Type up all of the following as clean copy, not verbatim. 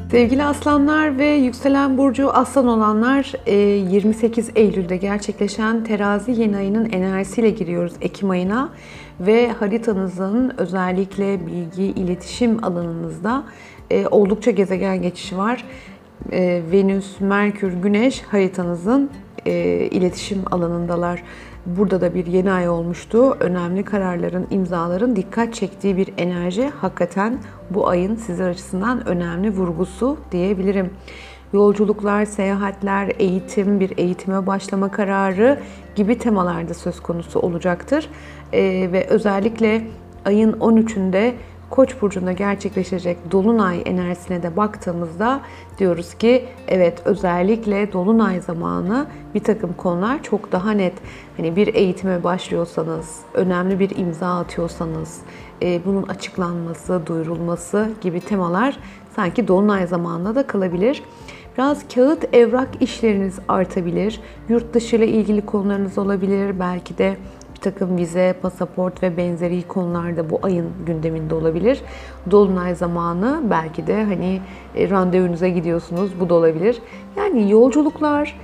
Sevgili aslanlar ve yükselen burcu aslan olanlar, 28 Eylül'de gerçekleşen terazi yeni ayının enerjisiyle giriyoruz Ekim ayına ve haritanızın özellikle bilgi, iletişim alanınızda oldukça gezegen geçişi var. Venüs, Merkür, Güneş haritanızın iletişim alanındalar. Burada da bir yeni ay olmuştu. Önemli kararların, imzaların dikkat çektiği bir enerji. Hakikaten bu ayın sizler açısından önemli vurgusu diyebilirim. Yolculuklar, seyahatler, eğitim, bir eğitime başlama kararı gibi temalarda söz konusu olacaktır. Ve özellikle ayın 13'ünde Koç burcunda gerçekleşecek dolunay enerjisine de baktığımızda diyoruz ki evet, özellikle dolunay zamanı bir takım konular çok daha net. Hani bir eğitime başlıyorsanız, önemli bir imza atıyorsanız, bunun açıklanması, duyurulması gibi temalar sanki dolunay zamanında da kalabilir. Biraz kağıt, evrak işleriniz artabilir. Yurt dışı ile ilgili konularınız olabilir. Belki de bir takım vize, pasaport ve benzeri konularda bu ayın gündeminde olabilir. Dolunay zamanı belki de hani randevunuza gidiyorsunuz, bu da olabilir. Yani yolculuklar,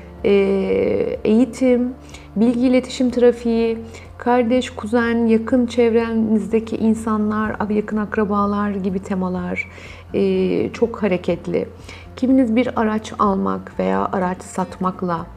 eğitim, bilgi iletişim trafiği, kardeş, kuzen, yakın çevrenizdeki insanlar, yakın akrabalar gibi temalar çok hareketli. Kiminiz bir araç almak veya araç satmakla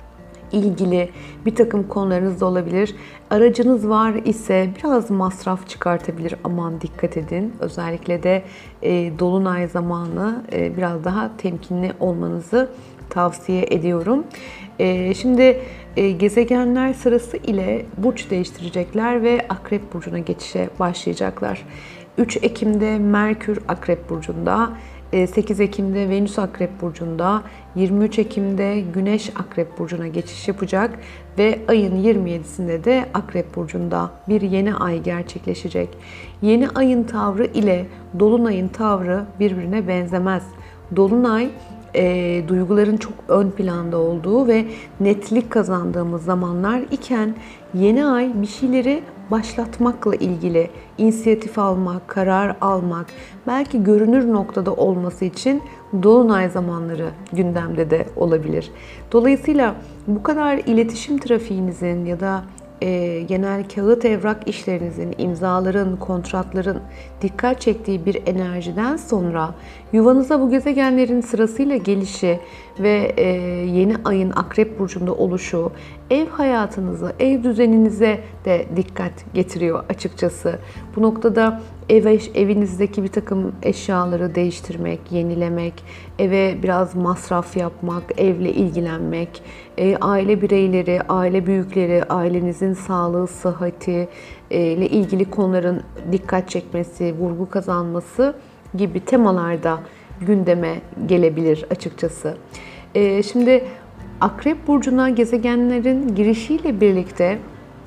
ilgili bir takım konularınız da olabilir. Aracınız var ise biraz masraf çıkartabilir. Aman dikkat edin. Özellikle de dolunay zamanı biraz daha temkinli olmanızı tavsiye ediyorum. Şimdi gezegenler sırası ile burç değiştirecekler ve Akrep burcuna geçişe başlayacaklar. 3 Ekim'de Merkür Akrep burcunda, 8 Ekim'de Venüs Akrep burcunda, 23 Ekim'de Güneş Akrep burcuna geçiş yapacak ve ayın 27'sinde de Akrep burcunda bir yeni ay gerçekleşecek. Yeni ayın tavrı ile dolunayın tavrı birbirine benzemez. Dolunay duyguların çok ön planda olduğu ve netlik kazandığımız zamanlar iken yeni ay bir şeyleri başlatmakla ilgili, inisiyatif almak, karar almak, belki görünür noktada olması için dolunay zamanları gündemde de olabilir. Dolayısıyla bu kadar iletişim trafiğinizin ya da genel kağıt evrak işlerinizin, imzaların, kontratların dikkat çektiği bir enerjiden sonra yuvanıza bu gezegenlerin sırasıyla gelişi ve yeni ayın Akrep burcunda oluşu ev hayatınızı, ev düzeninize de dikkat getiriyor açıkçası. Bu noktada evinizdeki bir takım eşyaları değiştirmek, yenilemek, eve biraz masraf yapmak, evle ilgilenmek, aile bireyleri, aile büyükleri, ailenizin sağlığı, sıhhati ile ilgili konuların dikkat çekmesi, vurgu kazanması gibi temalarda gündeme gelebilir açıkçası. Şimdi Akrep burcuna gezegenlerin girişiyle birlikte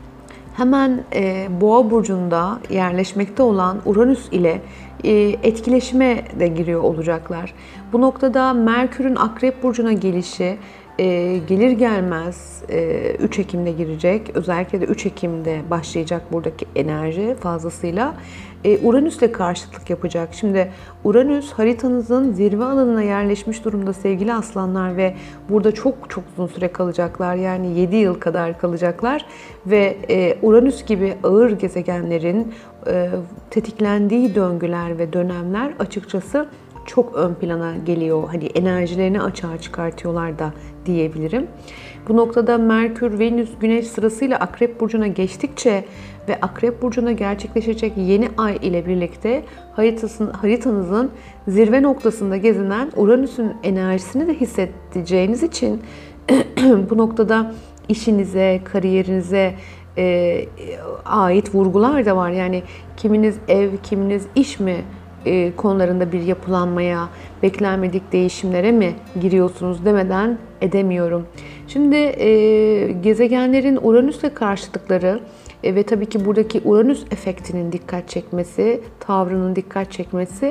hemen Boğa burcunda yerleşmekte olan Uranüs ile etkileşime de giriyor olacaklar. Bu noktada Merkür'ün Akrep burcuna gelişi gelir gelmez 3 Ekim'de girecek. Özellikle de 3 Ekim'de başlayacak buradaki enerji fazlasıyla. Uranüs'le karşıtlık yapacak. Şimdi Uranüs haritanızın zirve alanına yerleşmiş durumda sevgili aslanlar ve burada çok uzun süre kalacaklar. Yani 7 yıl kadar kalacaklar ve Uranüs gibi ağır gezegenlerin tetiklendiği döngüler ve dönemler açıkçası çok ön plana geliyor. Hani enerjilerini açığa çıkartıyorlar da diyebilirim. Bu noktada Merkür, Venüs, Güneş sırasıyla Akrep burcuna geçtikçe ve Akrep burcuna gerçekleşecek yeni ay ile birlikte haritanızın zirve noktasında gezinen Uranüs'ün enerjisini de hissedeceğiniz için bu noktada işinize, kariyerinize ait vurgular da var. Yani kiminiz ev, kiminiz iş mi konularında bir yapılanmaya, beklenmedik değişimlere mi giriyorsunuz demeden edemiyorum. Şimdi gezegenlerin Uranüs'le karşıtlıkları ve tabii ki buradaki Uranüs efektinin dikkat çekmesi, tavrının dikkat çekmesi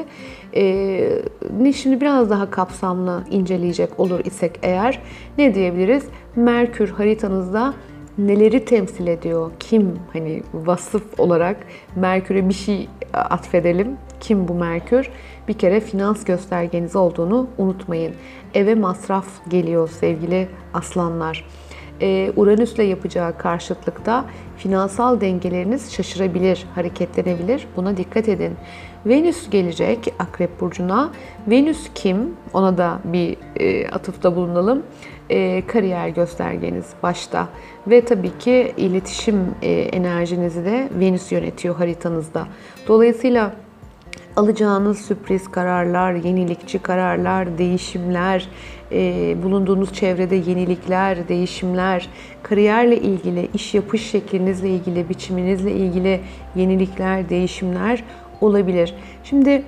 şimdi biraz daha kapsamlı inceleyecek olur isek eğer ne diyebiliriz? Merkür haritanızda neleri temsil ediyor? Kim? Hani vasıf olarak Merkür'e bir şey atfedelim. Kim bu Merkür? Bir kere finans göstergeniz olduğunu unutmayın. Eve masraf geliyor sevgili aslanlar. Uranüs'le yapacağı karşıtlıkta finansal dengeleriniz şaşırabilir, hareketlenebilir. Buna dikkat edin. Venüs gelecek Akrep Burcu'na. Venüs kim? Ona da bir atıfta bulunalım. Kariyer göstergeniz başta. Ve tabii ki iletişim enerjinizi de Venüs yönetiyor haritanızda. Dolayısıyla alacağınız sürpriz kararlar, yenilikçi kararlar, değişimler, bulunduğunuz çevrede yenilikler, değişimler, kariyerle ilgili, iş yapış şeklinizle ilgili, biçiminizle ilgili yenilikler, değişimler olabilir. Şimdi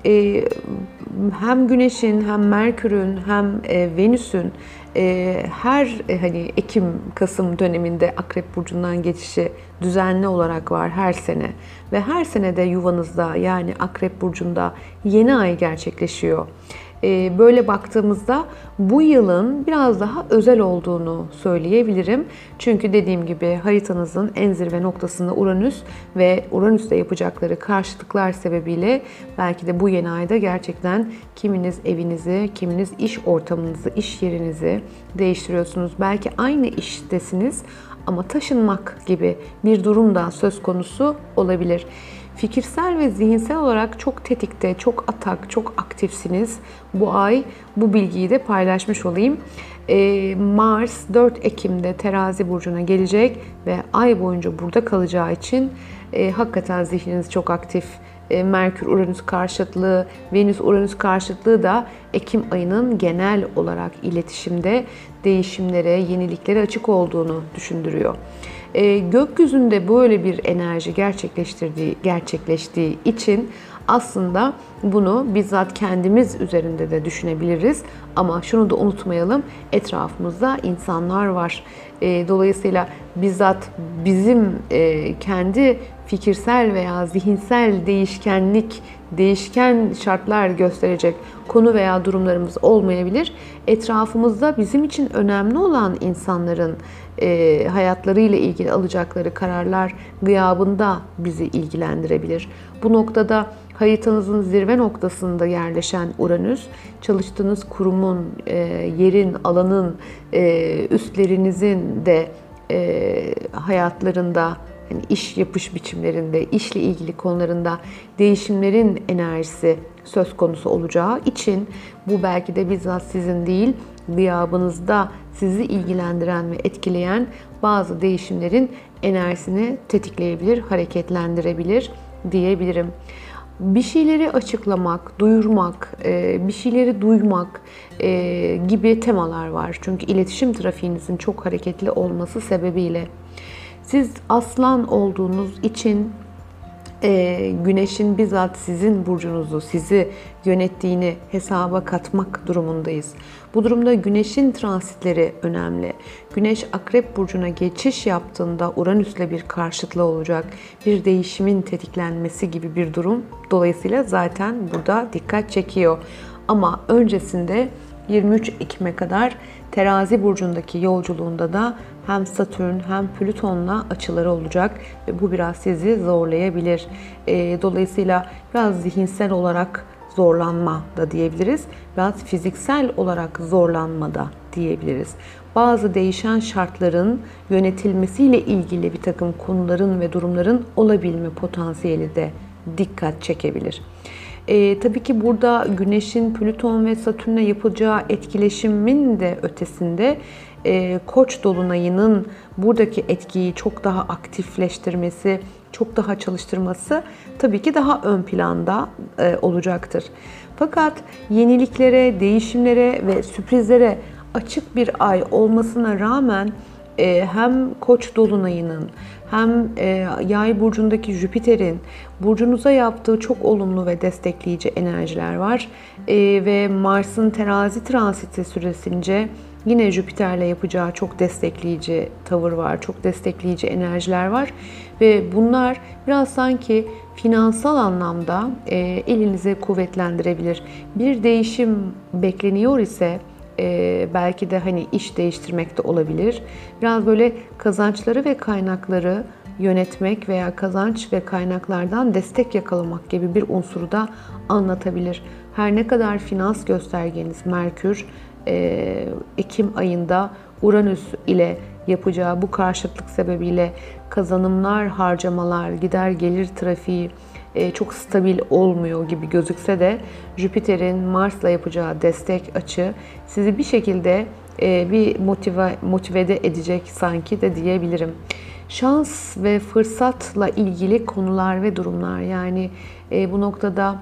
hem Güneş'in, hem Merkür'ün, hem Venüs'ün her hani Ekim-Kasım döneminde Akrep Burcu'ndan geçişi düzenli olarak var her sene. Ve her sene de yuvanızda yani Akrep Burcu'nda yeni ay gerçekleşiyor. Böyle baktığımızda bu yılın biraz daha özel olduğunu söyleyebilirim. Çünkü dediğim gibi haritanızın en zirve noktasında Uranüs ve Uranüs'le yapacakları karşıtlıklar sebebiyle belki de bu yeni ayda gerçekten kiminiz evinizi, kiminiz iş ortamınızı, iş yerinizi değiştiriyorsunuz. Belki aynı iştesiniz ama taşınmak gibi bir durum da söz konusu olabilir. Fikirsel ve zihinsel olarak çok tetikte, çok atak, çok aktifsiniz. Bu ay bu bilgiyi de paylaşmış olayım. Mars 4 Ekim'de Terazi Burcu'na gelecek ve ay boyunca burada kalacağı için hakikaten zihniniz çok aktif. Merkür-Uranüs karşıtlığı, Venüs-Uranüs karşıtlığı da Ekim ayının genel olarak iletişimde değişimlere, yeniliklere açık olduğunu düşündürüyor. Gökyüzünde böyle bir enerji gerçekleştiği için aslında bunu bizzat kendimiz üzerinde de düşünebiliriz. Ama şunu da unutmayalım, etrafımızda insanlar var. Dolayısıyla bizzat bizim kendi fikirsel veya zihinsel değişken şartlar gösterecek konu veya durumlarımız olmayabilir. Etrafımızda bizim için önemli olan insanların hayatlarıyla ilgili alacakları kararlar gıyabında bizi ilgilendirebilir. Bu noktada haritanızın zirve noktasında yerleşen Uranüs, çalıştığınız kurumun, yerin, alanın, üstlerinizin de hayatlarında, yani iş yapış biçimlerinde, işle ilgili konularında değişimlerin enerjisi söz konusu olacağı için bu belki de bizzat sizin değil, gıyabınızda sizi ilgilendiren ve etkileyen bazı değişimlerin enerjisini tetikleyebilir, hareketlendirebilir diyebilirim. Bir şeyleri açıklamak, duyurmak, bir şeyleri duymak gibi temalar var. Çünkü iletişim trafiğinizin çok hareketli olması sebebiyle. Siz aslan olduğunuz için Güneş'in bizzat sizin burcunuzu, sizi yönettiğini hesaba katmak durumundayız. Bu durumda Güneş'in transitleri önemli. Güneş Akrep Burcu'na geçiş yaptığında Uranüs'le bir karşıtlığı olacak. Bir değişimin tetiklenmesi gibi bir durum. Dolayısıyla zaten burada dikkat çekiyor. Ama öncesinde 23 Ekim'e kadar Terazi Burcu'ndaki yolculuğunda da hem Satürn hem Plüton'la açıları olacak ve bu biraz sizi zorlayabilir. Dolayısıyla biraz zihinsel olarak zorlanma da diyebiliriz. Biraz fiziksel olarak zorlanma da diyebiliriz. Bazı değişen şartların yönetilmesiyle ilgili bir takım konuların ve durumların olabilme potansiyeli de dikkat çekebilir. Tabii ki burada Güneş'in Plüton ve Satürn'le yapacağı etkileşimin de ötesinde Koç dolunayının buradaki etkiyi çok daha aktifleştirmesi, çok daha çalıştırması tabii ki daha ön planda olacaktır. Fakat yeniliklere, değişimlere ve sürprizlere açık bir ay olmasına rağmen hem Koç dolunayının hem Yay burcundaki Jüpiter'in burcunuza yaptığı çok olumlu ve destekleyici enerjiler var. Ve Mars'ın terazi transiti süresince yine Jüpiter'le yapacağı çok destekleyici tavır var, çok destekleyici enerjiler var. Ve bunlar biraz sanki finansal anlamda elinizi kuvvetlendirebilir. Bir değişim bekleniyor ise belki de hani iş değiştirmek de olabilir. Biraz böyle kazançları ve kaynakları yönetmek veya kazanç ve kaynaklardan destek yakalamak gibi bir unsuru da anlatabilir. Her ne kadar finans göstergeniz Merkür, Ekim ayında Uranüs ile yapacağı bu karşıtlık sebebiyle kazanımlar, harcamalar, gider gelir trafiği çok stabil olmuyor gibi gözükse de Jüpiter'in Mars'la yapacağı destek açı sizi bir şekilde bir motive edecek sanki de diyebilirim. Şans ve fırsatla ilgili konular ve durumlar, yani bu noktada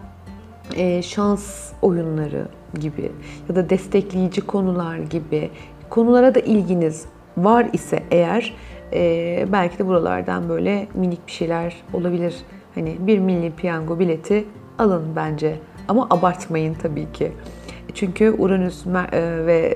şans oyunları gibi ya da destekleyici konular gibi konulara da ilginiz var ise eğer belki de buralardan böyle minik bir şeyler olabilir. Hani bir milli piyango bileti alın bence ama abartmayın tabii ki. Çünkü Uranüs ve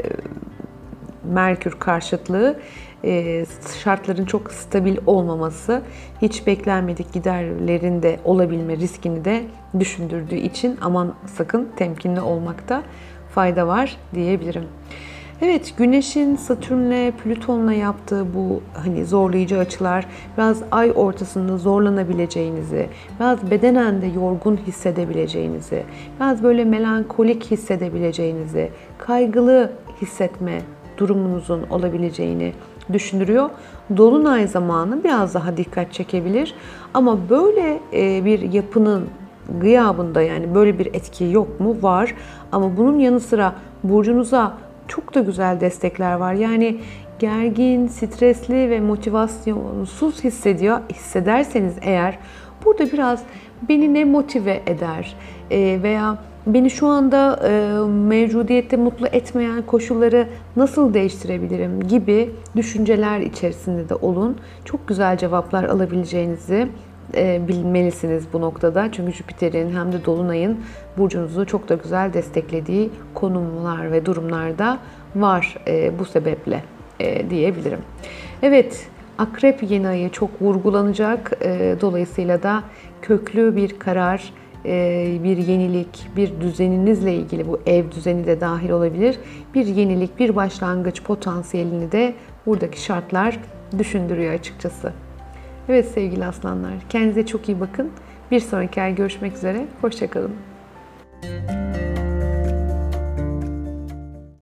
Merkür karşıtlığı şartların çok stabil olmaması, hiç beklenmedik giderlerin de olabilme riskini de düşündürdüğü için aman sakın temkinli olmakta fayda var diyebilirim. Evet, Güneş'in Satürn'le, Plüton'la yaptığı bu hani zorlayıcı açılar biraz ay ortasında zorlanabileceğinizi, biraz bedenen de yorgun hissedebileceğinizi, biraz böyle melankolik hissedebileceğinizi, kaygılı hissetme durumunuzun olabileceğini düşündürüyor. Dolunay zamanı biraz daha dikkat çekebilir ama böyle bir yapının gıyabında, yani böyle bir etki yok mu? Var. Ama bunun yanı sıra burcunuza çok da güzel destekler var. Yani gergin, stresli ve motivasyonsuz hissederseniz eğer, burada biraz beni ne motive eder veya beni şu anda mevcudiyette mutlu etmeyen koşulları nasıl değiştirebilirim gibi düşünceler içerisinde de olun. Çok güzel cevaplar alabileceğinizi bilmelisiniz bu noktada. Çünkü Jüpiter'in hem de Dolunay'ın burcunuzu çok da güzel desteklediği konumlar ve durumlarda var bu sebeple diyebilirim. Evet, Akrep yeni ayı çok vurgulanacak. Dolayısıyla da köklü bir karar, bir yenilik, bir düzeninizle ilgili, bu ev düzeni de dahil olabilir, bir yenilik, bir başlangıç potansiyelini de buradaki şartlar düşündürüyor açıkçası. Evet sevgili aslanlar, kendinize çok iyi bakın. Bir sonraki ay görüşmek üzere, hoşça kalın.